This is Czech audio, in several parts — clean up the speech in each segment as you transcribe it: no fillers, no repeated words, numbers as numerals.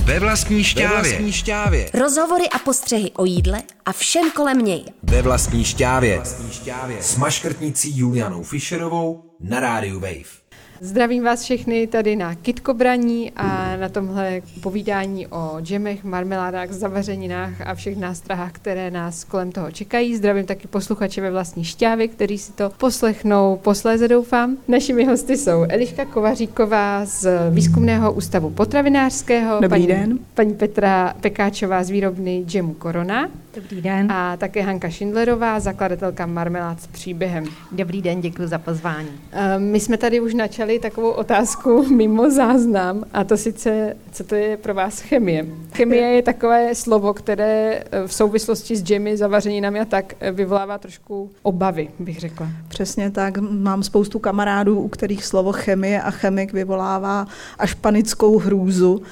Ve vlastní šťávě. Rozhovory a postřehy o jídle a všem kolem něj. Ve vlastní šťávě. S maškrtnicí Julianou Fischerovou na rádiu Wave. Zdravím vás všechny tady na Kytkobraní a na tomhle povídání o džemech, marmeládách, zavařeninách a všech nástrahách, které nás kolem toho čekají. Zdravím taky posluchače Ve vlastní šťávě, kteří si to poslechnou posléze, doufám. Našimi hosty jsou Eliška Kovaříková z Výzkumného ústavu potravinářského. Dobrý den. Paní Petra Pekáčová z výrobny džemu Korona. Dobrý den. A také Hanka Šindlerová, zakladatelka Marmelád s příběhem. Dobrý den, děkuji za pozvání. My jsme tady už načali takovou otázku mimo záznam, a to sice, co to je pro vás chemie. Chemie je takové slovo, které v souvislosti s džemy, zavařeninami a tak vyvolává trošku obavy, bych řekla. Přesně tak, mám spoustu kamarádů, u kterých slovo chemie a chemik vyvolává až panickou hrůzu.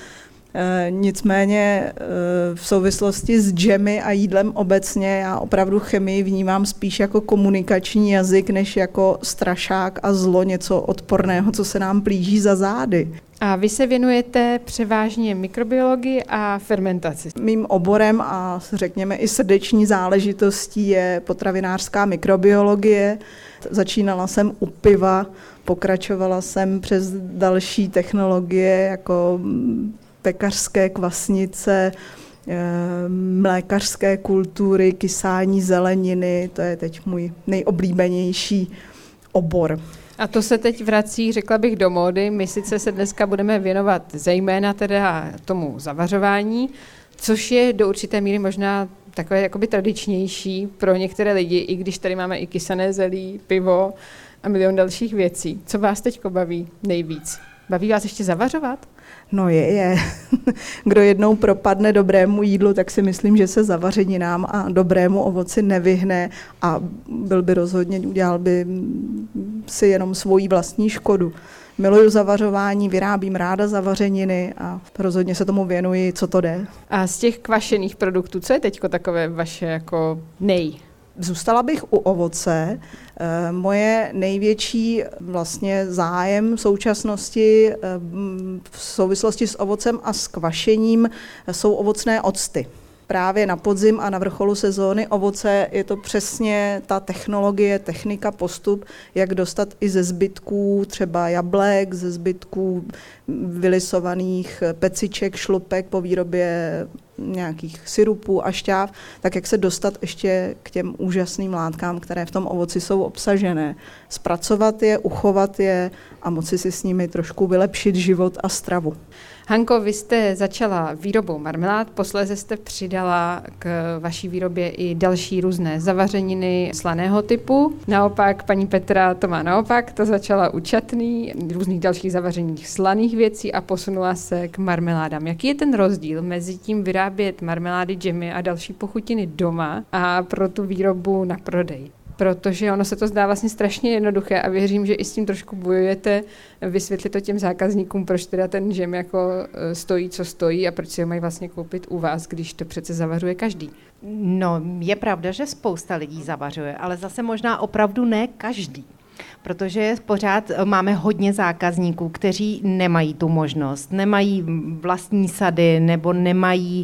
Nicméně v souvislosti s džemy a jídlem obecně já opravdu chemii vnímám spíš jako komunikační jazyk, než jako strašák a zlo, něco odporného, co se nám plíží za zády. A vy se věnujete převážně mikrobiologii a fermentaci. Mým oborem a řekněme i srdeční záležitostí je potravinářská mikrobiologie. Začínala jsem u piva, pokračovala jsem přes další technologie jako pekařské kvasnice, mlékařské kultury, kysání zeleniny, to je teď můj nejoblíbenější obor. A to se teď vrací, řekla bych, do módy. My sice se dneska budeme věnovat zejména teda tomu zavařování, což je do určité míry možná takové jakoby tradičnější pro některé lidi, i když tady máme i kysané zelí, pivo a milion dalších věcí. Co vás teď baví nejvíc? Baví vás ještě zavařovat? No je. Kdo jednou propadne dobrému jídlu, tak si myslím, že se zavařeninám a dobrému ovoci nevyhne a udělal by si jenom svoji vlastní škodu. Miluju zavařování, vyrábím ráda zavařeniny a rozhodně se tomu věnuji, co to jde. A z těch kvašených produktů, co je teďko takové vaše jako Zůstala bych u ovoce. Moje největší vlastně zájem v současnosti v souvislosti s ovocem a s kvašením jsou ovocné octy. Právě na podzim a na vrcholu sezóny ovoce je to přesně ta technologie, technika, postup, jak dostat i ze zbytků třeba jablek, ze zbytků vylisovaných peciček, šlupek po výrobě nějakých syrupů a šťáv, tak jak se dostat ještě k těm úžasným látkám, které v tom ovoci jsou obsažené. Zpracovat je, uchovat je a moci si s nimi trošku vylepšit život a stravu. Hanko, vy jste začala výrobou marmelád, posléze jste přidala k vaší výrobě i další různé zavařeniny slaného typu. Naopak paní Petra to má naopak, to začala u čatný, různých dalších zavařených slaných věcí a posunula se k marmeládám. Jaký je ten rozdíl mezi tím vyrábět marmelády, džemy a další pochutiny doma a pro tu výrobu na prodej? Protože ono se to zdá vlastně strašně jednoduché a věřím, že i s tím trošku bojujete, vysvětlit to těm zákazníkům, proč teda ten džem jako stojí, co stojí a proč si ho mají vlastně koupit u vás, když to přece zavařuje každý. No, je pravda, že spousta lidí zavařuje, ale zase možná opravdu ne každý. Protože pořád máme hodně zákazníků, kteří nemají tu možnost, nemají vlastní sady nebo nemají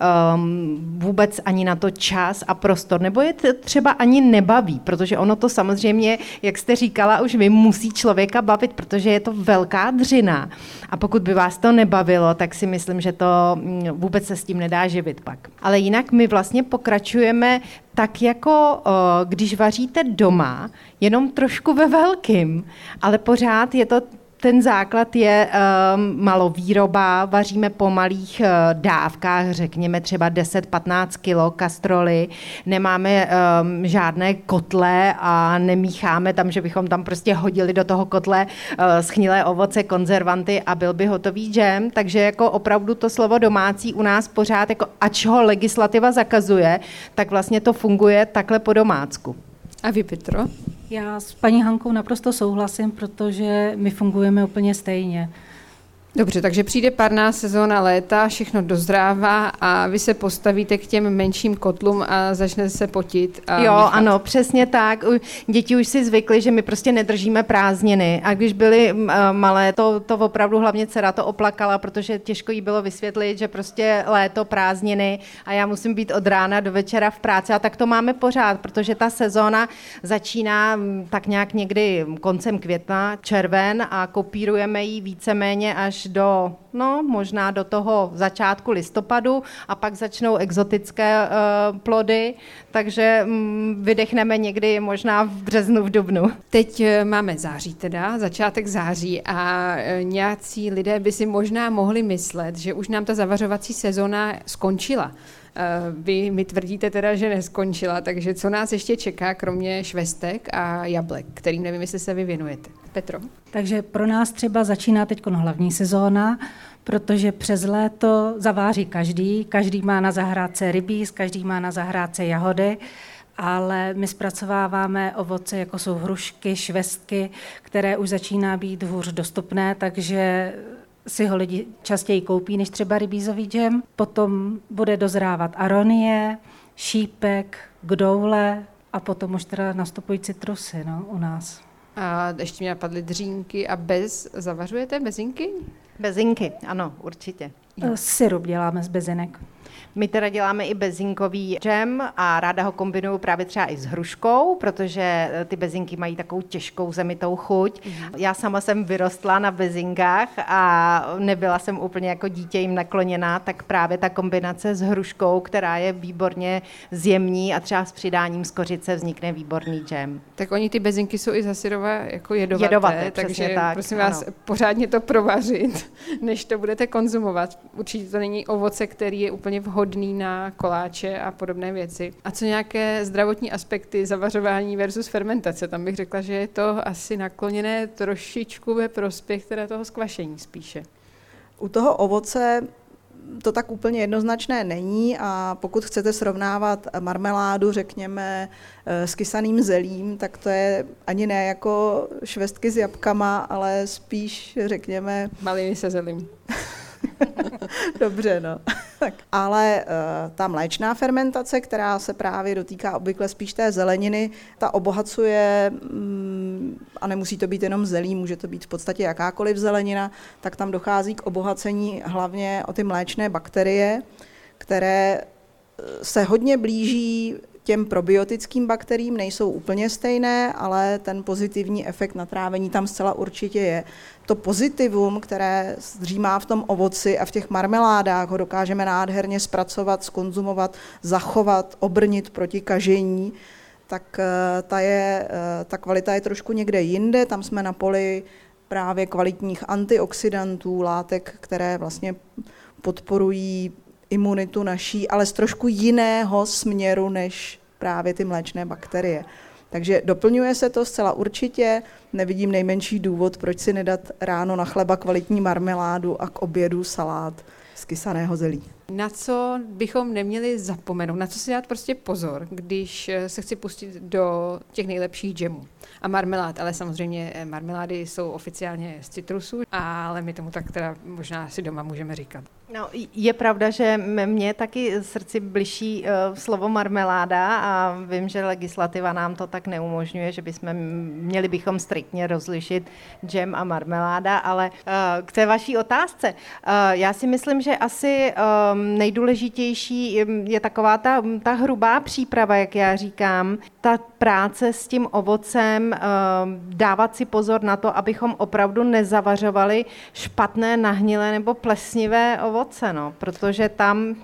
vůbec ani na to čas a prostor, nebo je třeba ani nebaví, protože ono to samozřejmě, jak jste říkala už vy, musí člověka bavit, protože je to velká dřina. A pokud by vás to nebavilo, tak si myslím, že to vůbec se s tím nedá živit pak. Ale jinak my vlastně pokračujeme tak jako když vaříte doma, jenom trošku ve velkým, ale pořád je to, ten základ je malovýroba, vaříme po malých dávkách, řekněme třeba 10-15 kilo kastroly, nemáme žádné kotle a nemícháme tam, že bychom tam prostě hodili do toho kotle schnilé ovoce, konzervanty a byl by hotový džem, takže jako opravdu to slovo domácí u nás pořád, jako ač ho legislativa zakazuje, tak vlastně to funguje takhle po domácku. A vy, Petro? Já s paní Hankou naprosto souhlasím, protože my fungujeme úplně stejně. Dobře, takže přijde parná sezóna léta, všechno dozrává a vy se postavíte k těm menším kotlům a začnete se potit. A jo, míchat. ano, přesně tak. Děti už si zvykly, že my prostě nedržíme prázdniny. A když byly malé, to opravdu hlavně dcera to oplakala, protože těžko jí bylo vysvětlit, že prostě léto, prázdniny a já musím být od rána do večera v práci. A tak to máme pořád, protože ta sezóna začíná tak nějak někdy koncem května, červen a kopírujeme ji víceméně až do, možná do toho začátku listopadu a pak začnou exotické plody, takže vydechneme někdy možná v březnu, v dubnu. Teď máme září teda, začátek září a nějací lidé by si možná mohli myslet, že už nám ta zavařovací sezóna skončila. Vy mi tvrdíte teda, že neskončila, takže co nás ještě čeká, kromě švestek a jablek, kterým nevím, jestli se vy věnujete. Petro? Takže pro nás třeba začíná teď hlavní sezóna, protože přes léto zaváří každý má na zahrádce rybíz, každý má na zahrádce jahody, ale my zpracováváme ovoce, jako jsou hrušky, švestky, které už začíná být hůř dostupné, takže si ho lidi častěji koupí než třeba rybízový džem. Potom bude dozrávat aronie, šípek, gdoule a potom už teda nastupují citrusy u nás. A ještě mi napadly dřínky a zavařujete bezinky? Bezinky, ano, určitě. Syrup děláme z bezinek. My teda děláme i bezinkový džem a ráda ho kombinuju právě třeba i s hruškou, protože ty bezinky mají takovou těžkou zemitou chuť. Já sama jsem vyrostla na bezinkách a nebyla jsem úplně jako dítě jim nakloněná, tak právě ta kombinace s hruškou, která je výborně zjemní a třeba s přidáním z kořice vznikne výborný džem. Tak oni ty bezinky jsou i za syrova jako jedovaté, takže tak, prosím vás pořádně to provařit, než to budete konzumovat. Určitě to není ovoce, který je úplně vhodný na koláče a podobné věci. A co nějaké zdravotní aspekty zavařování versus fermentace? Tam bych řekla, že je to asi nakloněné trošičku ve prospěch teda toho skvašení spíše. U toho ovoce to tak úplně jednoznačné není a pokud chcete srovnávat marmeládu, řekněme, s kysaným zelím, tak to je ani ne jako švestky s jabkama, ale spíš, řekněme... Maliny se zelím. Dobře, Tak. Ale ta mléčná fermentace, která se právě dotýká obvykle spíš té zeleniny, ta obohacuje, a nemusí to být jenom zelí, může to být v podstatě jakákoliv zelenina, tak tam dochází k obohacení hlavně o ty mléčné bakterie, které se hodně blíží těm probiotickým bakteriím, nejsou úplně stejné, ale ten pozitivní efekt na trávení tam zcela určitě je. To pozitivum, které dřímá v tom ovoci a v těch marmeládách, ho dokážeme nádherně zpracovat, zkonzumovat, zachovat, obrnit proti kažení, tak ta kvalita je trošku někde jinde, tam jsme na poli právě kvalitních antioxidantů, látek, které vlastně podporují imunitu naší, ale z trošku jiného směru než právě ty mléčné bakterie. Takže doplňuje se to zcela určitě, nevidím nejmenší důvod, proč si nedat ráno na chleba kvalitní marmeládu a k obědu salát z kysaného zelí. Na co bychom neměli zapomenout, na co si dát prostě pozor, když se chci pustit do těch nejlepších džemů a marmelád, ale samozřejmě marmelády jsou oficiálně z citrusů, ale my tomu tak teda možná si doma můžeme říkat. No, je pravda, že mě taky srdci bližší slovo marmeláda a vím, že legislativa nám to tak neumožňuje, že měli bychom striktně rozlišit džem a marmeláda, ale k té vaší otázce. Já si myslím, že asi nejdůležitější je taková ta hrubá příprava, jak já říkám, ta práce s tím ovocem, dávat si pozor na to, abychom opravdu nezavařovali špatné, nahnilé nebo plesnivé ovoce, protože tam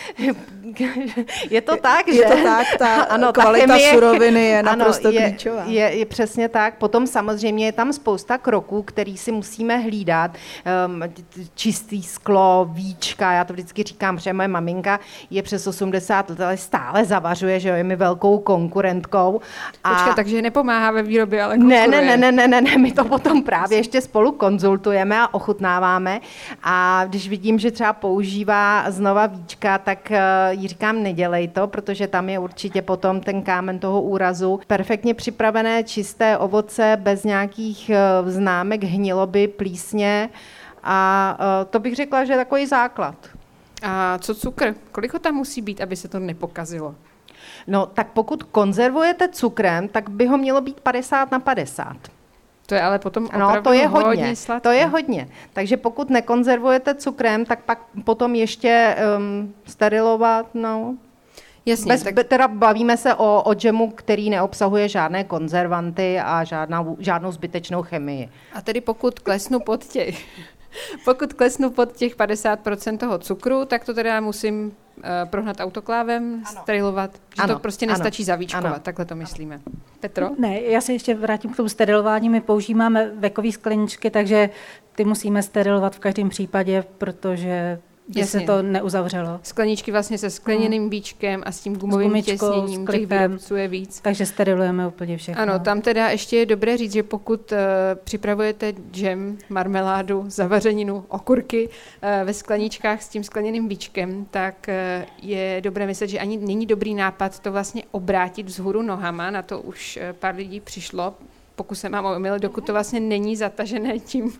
je to tak, že... Je to tak, kvalita suroviny je naprosto klíčová. Je přesně tak. Potom samozřejmě je tam spousta kroků, který si musíme hlídat. Čistý sklo, víčka, já to vždycky říkám, že moje maminka je přes 80 let, ale stále zavařuje, že jo, je mi velkou konkurentkou. Počkej, takže nepomáhá ve výrobě, ale konkuruje. Ne, my to potom právě ještě spolu konzultujeme a ochutnáváme a když vidím, že třeba používá znova víčka, tak jí říkám, nedělej to, protože tam je určitě potom ten kámen toho úrazu. Perfektně připravené čisté ovoce bez nějakých známek hniloby, plísně A to bych řekla, že je takový základ. A co cukr? Kolik ho tam musí být, aby se to nepokazilo? No, tak pokud konzervujete cukrem, tak by ho mělo být 50/50. To je ale potom opravdu to je hodně sladké. To je hodně. Takže pokud nekonzervujete cukrem, tak pak potom ještě sterilovat, no. Jasně. Teda bavíme se o džemu, který neobsahuje žádné konzervanty a žádnou zbytečnou chemii. A tedy pokud klesnu pod těch 50% toho cukru, tak to teda musím prohnat autoklávem, sterilovat, že to prostě nestačí zavíčkovat, takhle to myslíme. Petro? Ne, já se ještě vrátím k tomu sterilování. My používáme vekové skleničky, takže ty musíme sterilovat v každém případě, protože by se to neuzavřelo. Skleničky vlastně se skleněným víčkem a s tím gumovým těsněním, těch výrobců je víc. Takže sterilujeme úplně všechno. Ano, tam teda ještě je dobré říct, že pokud připravujete džem, marmeládu, zavařeninu, okurky ve skleničkách s tím skleněným víčkem, tak je dobré myslet, že ani není dobrý nápad to vlastně obrátit vzhůru nohama, na to už pár lidí přišlo, pokusem a omyl, dokud to vlastně není zatažené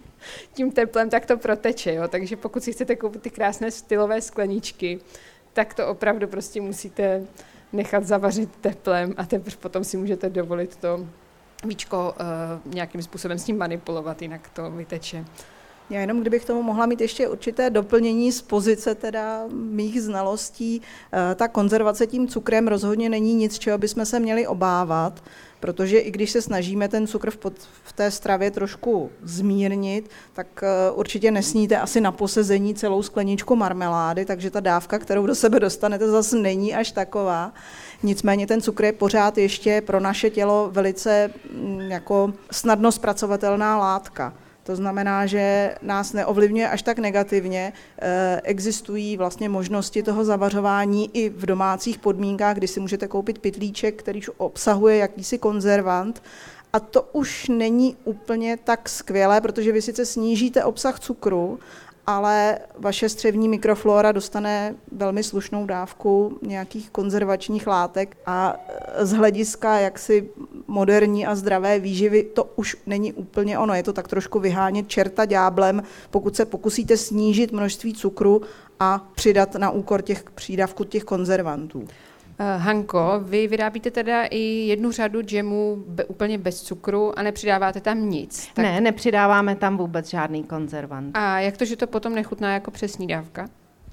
tím teplem, tak to proteče. Jo? Takže pokud si chcete koupit ty krásné stylové skleničky, tak to opravdu prostě musíte nechat zavařit teplem a teprve potom si můžete dovolit to víčko nějakým způsobem s tím manipulovat, jinak to vyteče. Já jenom, kdybych tomu mohla mít ještě určité doplnění z pozice teda mých znalostí, ta konzervace tím cukrem rozhodně není nic, čeho bychom se měli obávat, protože i když se snažíme ten cukr v té stravě trošku zmírnit, tak určitě nesníte asi na posezení celou skleničku marmelády, takže ta dávka, kterou do sebe dostanete, zase není až taková. Nicméně ten cukr je pořád ještě pro naše tělo velice jako snadno zpracovatelná látka. To znamená, že nás neovlivňuje až tak negativně. Existují vlastně možnosti toho zavařování i v domácích podmínkách, kdy si můžete koupit pytlíček, který už obsahuje jakýsi konzervant. A to už není úplně tak skvělé, protože vy sice snížíte obsah cukru, ale vaše střevní mikroflora dostane velmi slušnou dávku nějakých konzervačních látek a z hlediska jaksi moderní a zdravé výživy to už není úplně ono. Je to tak trošku vyhánět čerta ďáblem, pokud se pokusíte snížit množství cukru a přidat na úkor těch přídavků těch konzervantů. Hanko, vy vyrábíte teda i jednu řadu džemů úplně bez cukru a nepřidáváte tam nic. Tak... Ne, nepřidáváme tam vůbec žádný konzervant. A jak to, že to potom nechutná jako přesní dávka?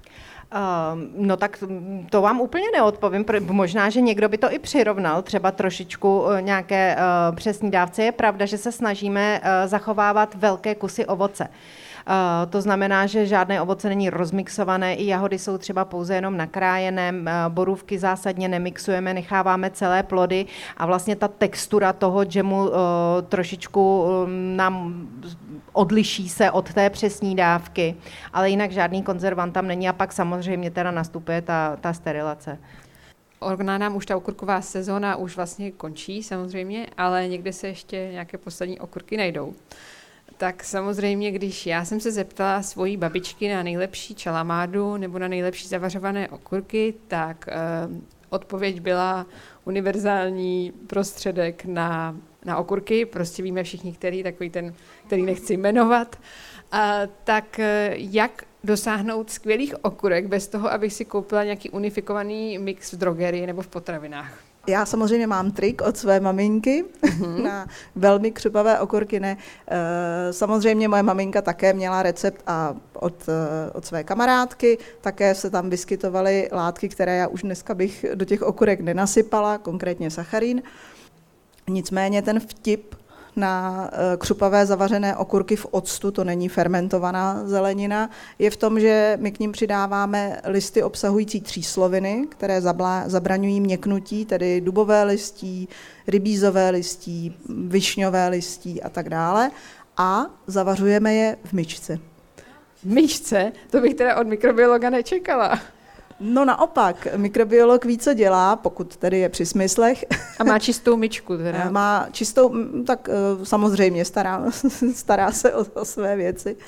No tak to vám úplně neodpovím, možná, že někdo by to i přirovnal, třeba trošičku nějaké přesní dávce. Je pravda, že se snažíme zachovávat velké kusy ovoce. To znamená, že žádné ovoce není rozmixované, i jahody jsou třeba pouze jenom nakrájené, borůvky zásadně nemixujeme, necháváme celé plody a vlastně ta textura toho džemu trošičku nám odliší se od té přesní dávky, ale jinak žádný konzervant tam není a pak samozřejmě teda nastupuje ta sterilace. Nám už ta okurková sezóna už vlastně končí samozřejmě, ale někde se ještě nějaké poslední okurky najdou. Tak samozřejmě, když já jsem se zeptala svojí babičky na nejlepší čalamádu nebo na nejlepší zavařované okurky, tak odpověď byla univerzální prostředek na okurky, prostě víme všichni, který nechci jmenovat. Tak jak dosáhnout skvělých okurek bez toho, abych si koupila nějaký unifikovaný mix v drogerii nebo v potravinách? Já samozřejmě mám trik od své maminky na velmi křupavé okurky. Samozřejmě moje maminka také měla recept a od své kamarádky. Také se tam vyskytovaly látky, které já už dneska bych do těch okurek nenasypala, konkrétně sacharin. Nicméně ten vtip na křupavé zavařené okurky v octu, to není fermentovaná zelenina, je v tom, že my k nim přidáváme listy obsahující třísloviny, které zabraňují měknutí, tedy dubové listí, rybízové listí, višňové listí a tak dále a zavařujeme je v myčce. V myčce? To bych teda od mikrobiologa nečekala. No naopak, mikrobiolog ví, co dělá, pokud tedy je při smyslech. A má čistou myčku teda? Má čistou, tak samozřejmě stará se o své věci.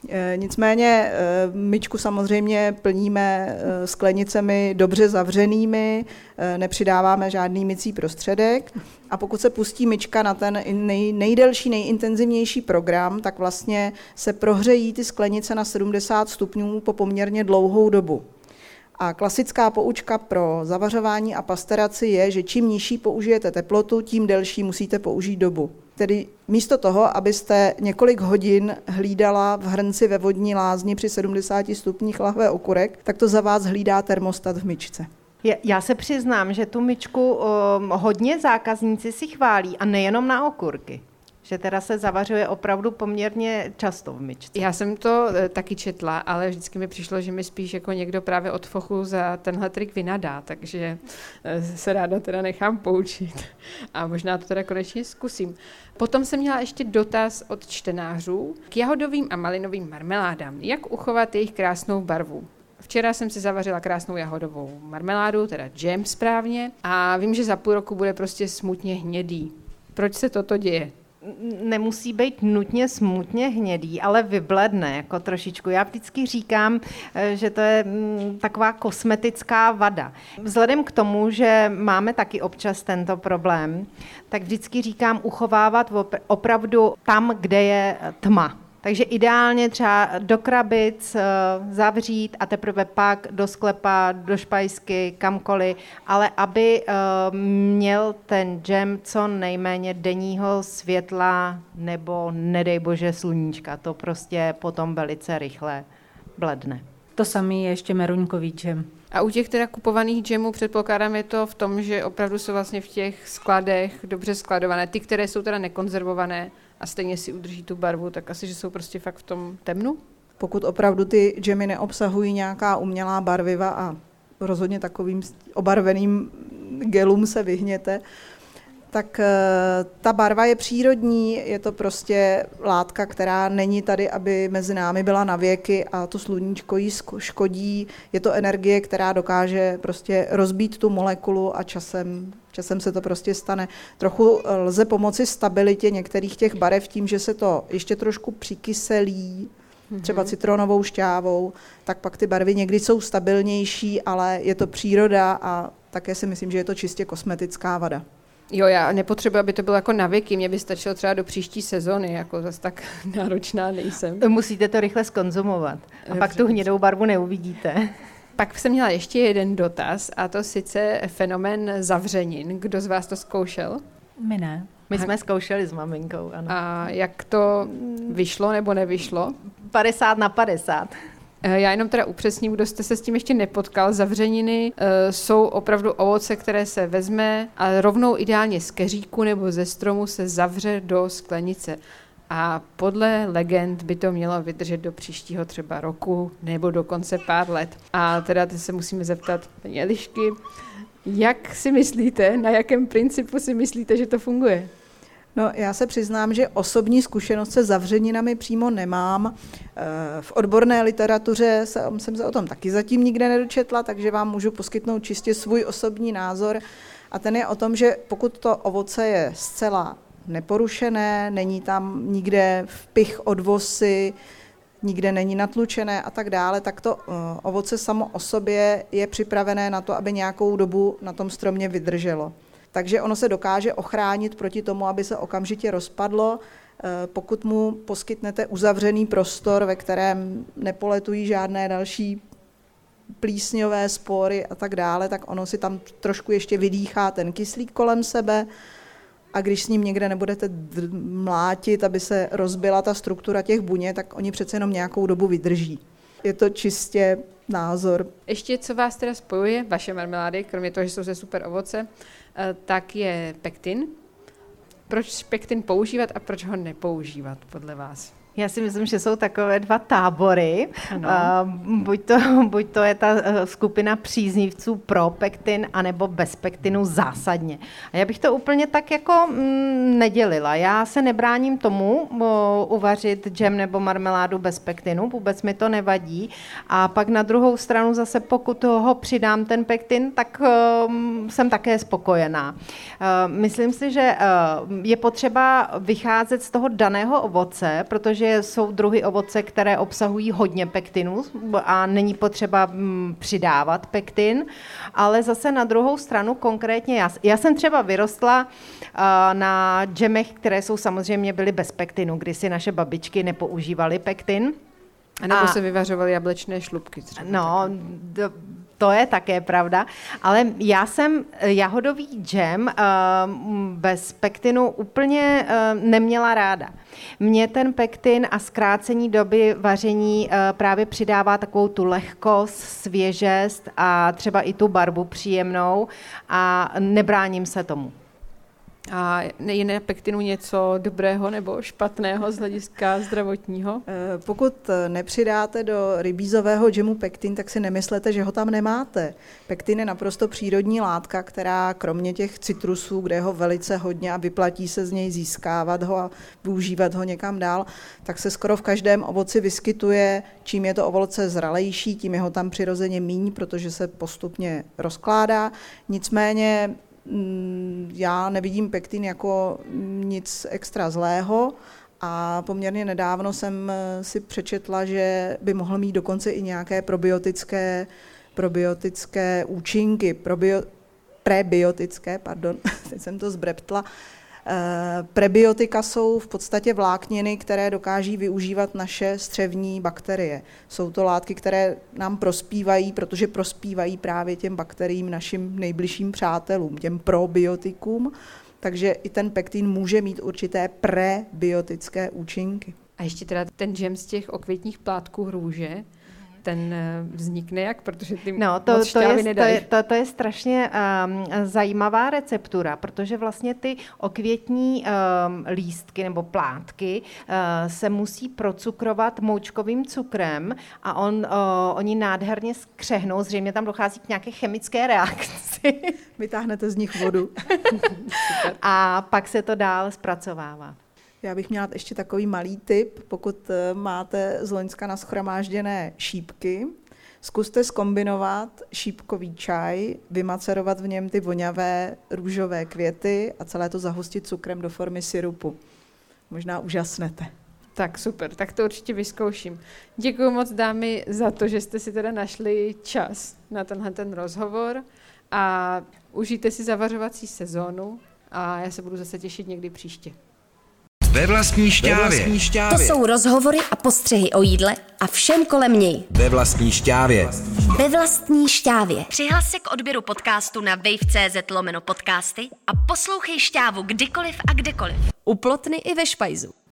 Nicméně myčku samozřejmě plníme sklenicemi dobře zavřenými, nepřidáváme žádný mycí prostředek a pokud se pustí myčka na ten nejdelší, nejintenzivnější program, tak vlastně se prohřejí ty sklenice na 70 stupňů po poměrně dlouhou dobu. A klasická poučka pro zavařování a pasteraci je, že čím nižší použijete teplotu, tím delší musíte použít dobu. Tedy místo toho, abyste několik hodin hlídala v hrnci ve vodní lázni při 70 stupních lahve okurek, tak to za vás hlídá termostat v myčce. Já se přiznám, že tu myčku hodně zákazníci si chválí a nejenom na okurky. Že teda se zavařuje opravdu poměrně často v myčce. Já jsem to taky četla, ale vždycky mi přišlo, že mi spíš jako někdo právě od fochu za tenhle trik vynadá, takže se ráda teda nechám poučit a možná to teda konečně zkusím. Potom jsem měla ještě dotaz od čtenářů k jahodovým a malinovým marmeládám. Jak uchovat jejich krásnou barvu? Včera jsem si zavařila krásnou jahodovou marmeládu, teda džem správně, a vím, že za půl roku bude prostě smutně hnědý. Proč se toto děje? Nemusí být nutně smutně hnědý, ale vybledne jako trošičku. Já vždycky říkám, že to je taková kosmetická vada. Vzhledem k tomu, že máme taky občas tento problém, tak vždycky říkám uchovávat opravdu tam, kde je tma. Takže ideálně třeba do krabic zavřít a teprve pak do sklepa, do špajsky, kamkoliv, ale aby měl ten džem co nejméně denního světla nebo nedej bože sluníčka. To prostě potom velice rychle bledne. To samý je ještě meruňkový džem. A u těch teda kupovaných džemů předpokládám je to v tom, že opravdu jsou vlastně v těch skladech dobře skladované. Ty, které jsou teda nekonzervované a stejně si udrží tu barvu, tak asi, že jsou prostě fakt v tom temnu? Pokud opravdu ty džemy neobsahují nějaká umělá barviva a rozhodně takovým obarveným gelům se vyhněte, tak ta barva je přírodní, je to prostě látka, která není tady, aby mezi námi byla na věky a to sluníčko jí škodí. Je to energie, která dokáže prostě rozbít tu molekulu a časem se to prostě stane. Trochu lze pomoci stabilitě některých těch barev tím, že se to ještě trošku přikyselí, třeba citronovou šťávou, tak pak ty barvy někdy jsou stabilnější, ale je to příroda a také si myslím, že je to čistě kosmetická vada. Jo, já nepotřebuji, aby to bylo jako na věky, mě by stačilo třeba do příští sezony, jako zase tak náročná nejsem. Musíte to rychle zkonzumovat a pak tu hnědou barvu neuvidíte. Pak jsem měla ještě jeden dotaz a to sice fenomén zavřenin. Kdo z vás to zkoušel? My ne. My jsme zkoušeli s maminkou, ano. A jak to vyšlo nebo nevyšlo? 50/50. Já jenom teda upřesním, kdo jste se s tím ještě nepotkal. Zavřeniny jsou opravdu ovoce, které se vezme a rovnou ideálně z keříku nebo ze stromu se zavře do sklenice. A podle legend by to mělo vydržet do příštího třeba roku nebo dokonce pár let. A teda se musíme zeptat paní Elišky, jak si myslíte, na jakém principu si myslíte, že to funguje? No, já se přiznám, že osobní zkušenost se zavřeninami přímo nemám. V odborné literatuře jsem se o tom taky zatím nikde nedočetla, takže vám můžu poskytnout čistě svůj osobní názor. A ten je o tom, že pokud to ovoce je zcela neporušené, není tam nikde vpich od vosy, nikde není natlučené a tak dále, tak to ovoce samo o sobě je připravené na to, aby nějakou dobu na tom stromě vydrželo. Takže ono se dokáže ochránit proti tomu, aby se okamžitě rozpadlo, pokud mu poskytnete uzavřený prostor, ve kterém nepoletují žádné další plísňové spory a tak dále, tak ono si tam trošku ještě vydýchá ten kyslík kolem sebe a když s ním někde nebudete mlátit, aby se rozbila ta struktura těch buněk, tak oni přece jenom nějakou dobu vydrží. Je to čistě názor. Ještě co vás teda spojuje, vaše marmelády, kromě toho, že jsou ze super ovoce, tak je pektin. Proč pektin používat a proč ho nepoužívat podle vás? Já si myslím, že jsou takové dva tábory. Buď to je ta skupina příznivců pro pektin, anebo bez pektinu zásadně. A já bych to úplně tak jako nedělila. Já se nebráním tomu uvařit džem nebo marmeládu bez pektinu, vůbec mi to nevadí. A pak na druhou stranu zase, pokud ho přidám ten pektin, tak jsem také spokojená. Myslím si, že je potřeba vycházet z toho daného ovoce, protože protože jsou druhy ovoce, které obsahují hodně pektinu a není potřeba přidávat pektin, ale zase na druhou stranu konkrétně já jsem třeba vyrostla na džemech, které jsou samozřejmě byly bez pektinu, kdy si naše babičky nepoužívaly pektin. A nebo se vyvařovaly jablečné šlupky třeba. No, to je také pravda, ale já jsem jahodový džem bez pektinu úplně neměla ráda. Mně ten pektin a zkrácení doby vaření právě přidává takovou tu lehkost, svěžest a třeba i tu barvu příjemnou a nebráním se tomu. A je na pektinu něco dobrého nebo špatného z hlediska zdravotního? Pokud nepřidáte do rybízového džemu pektin, tak si nemyslete, že ho tam nemáte. Pektin je naprosto přírodní látka, která kromě těch citrusů, kde je ho velice hodně a vyplatí se z něj získávat ho a využívat ho někam dál, tak se skoro v každém ovoci vyskytuje. Čím je to ovoce zralejší, tím je ho tam přirozeně míň, protože se postupně rozkládá. Nicméně já nevidím pektin jako nic extra zlého a poměrně nedávno jsem si přečetla, že by mohl mít dokonce i nějaké probiotické účinky, prebiotické, teď jsem to zbreptla. Prebiotika jsou v podstatě vlákniny, které dokáží využívat naše střevní bakterie. Jsou to látky, které nám prospívají, protože prospívají právě těm bakteriím, našim nejbližším přátelům, těm probiotikům, takže i ten pektin může mít určité prebiotické účinky. A ještě teda ten džem z těch okvětních plátků růže, ten vznikne jak? Protože ty moc šťávy nedají. To je strašně zajímavá receptura, protože vlastně ty okvětní lístky nebo plátky se musí procukrovat moučkovým cukrem a oni nádherně skřehnou, zřejmě tam dochází k nějaké chemické reakci. Vytáhnete z nich vodu. A pak se to dál zpracovává. Já bych měla ještě takový malý tip, pokud máte z loňska nashromážděné šípky, zkuste zkombinovat šípkový čaj, vymacerovat v něm ty voňavé růžové květy a celé to zahustit cukrem do formy sirupu. Možná úžasnete. Tak super, tak to určitě vyzkouším. Děkuji moc, dámy, za to, že jste si teda našli čas na tenhle ten rozhovor a užijte si zavařovací sezónu a já se budu zase těšit někdy příště. Ve vlastní šťávě. To jsou rozhovory a postřehy o jídle a všem kolem něj. Ve vlastní šťávě. Ve vlastní šťávě. Přihlas se k odběru podcastu na wave.cz/podcasty a poslouchej Šťávu kdykoliv a kdekoliv. U Plotny i ve Špajzu.